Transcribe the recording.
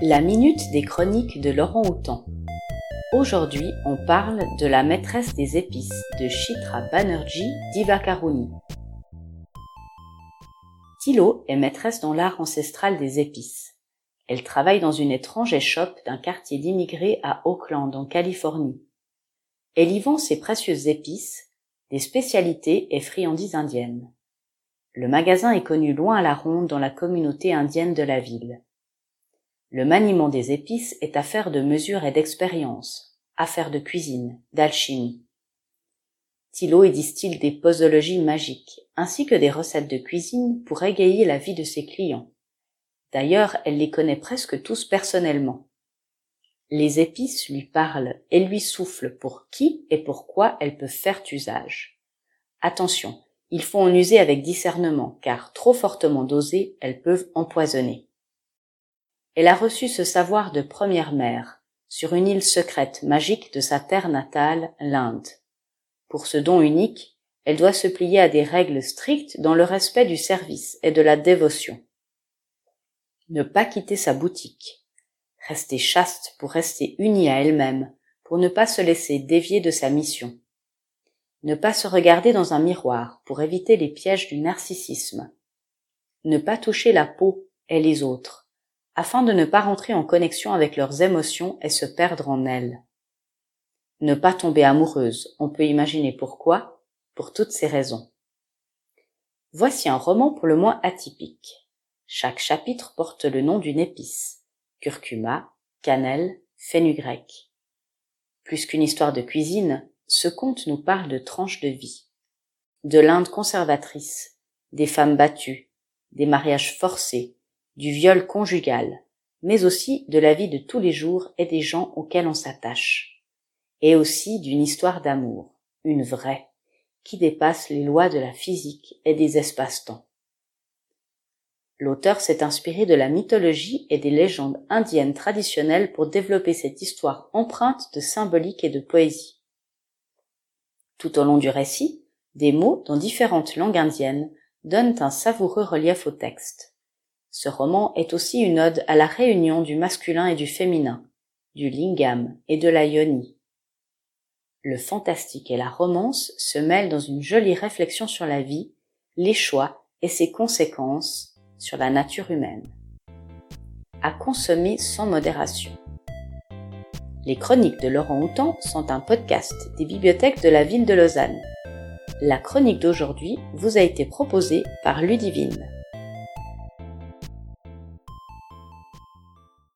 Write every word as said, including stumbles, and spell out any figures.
La minute des chroniques de Laurent Houtan. Aujourd'hui, on parle de La maîtresse des épices de Chitra Banerjee Divakaruni. Tilo est maîtresse dans l'art ancestral des épices. Elle travaille dans une étrange échoppe d'un quartier d'immigrés à Oakland, en Californie. Elle y vend ses précieuses épices, des spécialités et friandises indiennes. Le magasin est connu loin à la ronde dans la communauté indienne de la ville. Le maniement des épices est affaire de mesure et d'expérience, affaire de cuisine, d'alchimie. Tilo y distille des posologies magiques, ainsi que des recettes de cuisine pour égayer la vie de ses clients. D'ailleurs, elle les connaît presque tous personnellement. Les épices lui parlent et lui soufflent pour qui et pourquoi elles peuvent faire usage. Attention, il faut en user avec discernement, car trop fortement dosées, elles peuvent empoisonner. Elle a reçu ce savoir de première mère, sur une île secrète magique de sa terre natale, l'Inde. Pour ce don unique, elle doit se plier à des règles strictes dans le respect du service et de la dévotion. Ne pas quitter sa boutique. Rester chaste pour rester unie à elle-même, pour ne pas se laisser dévier de sa mission. Ne pas se regarder dans un miroir pour éviter les pièges du narcissisme. Ne pas toucher la peau et les autres, afin de ne pas rentrer en connexion avec leurs émotions et se perdre en elles. Ne pas tomber amoureuse, on peut imaginer pourquoi, pour toutes ces raisons. Voici un roman pour le moins atypique. Chaque chapitre porte le nom d'une épice, curcuma, cannelle, fenugrec. Plus qu'une histoire de cuisine, ce conte nous parle de tranches de vie. De l'Inde conservatrice, des femmes battues, des mariages forcés, du viol conjugal, mais aussi de la vie de tous les jours et des gens auxquels on s'attache. Et aussi d'une histoire d'amour, une vraie, qui dépasse les lois de la physique et des espaces-temps. L'auteur s'est inspiré de la mythologie et des légendes indiennes traditionnelles pour développer cette histoire empreinte de symbolique et de poésie. Tout au long du récit, des mots dans différentes langues indiennes donnent un savoureux relief au texte. Ce roman est aussi une ode à la réunion du masculin et du féminin, du lingam et de la yoni. Le fantastique et la romance se mêlent dans une jolie réflexion sur la vie, les choix et ses conséquences sur la nature humaine. À consommer sans modération. Les chroniques de Laurent Houtan sont un podcast des bibliothèques de la ville de Lausanne. La chronique d'aujourd'hui vous a été proposée par Ludivine.